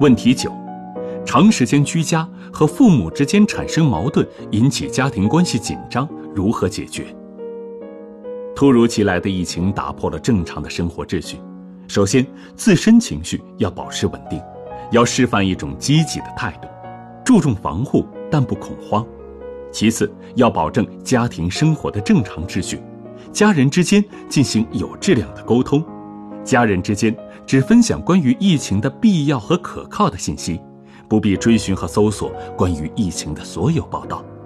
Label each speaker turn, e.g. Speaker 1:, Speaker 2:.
Speaker 1: 问题9，长时间居家和父母之间产生矛盾，引起家庭关系紧张，如何解决？突如其来的疫情打破了正常的生活秩序。首先，自身情绪要保持稳定，要示范一种积极的态度，注重防护但不恐慌。其次，要保证家庭生活的正常秩序，家人之间进行有质量的沟通，家人之间只分享关于疫情的必要和可靠的信息，不必追寻和搜索关于疫情的所有报道。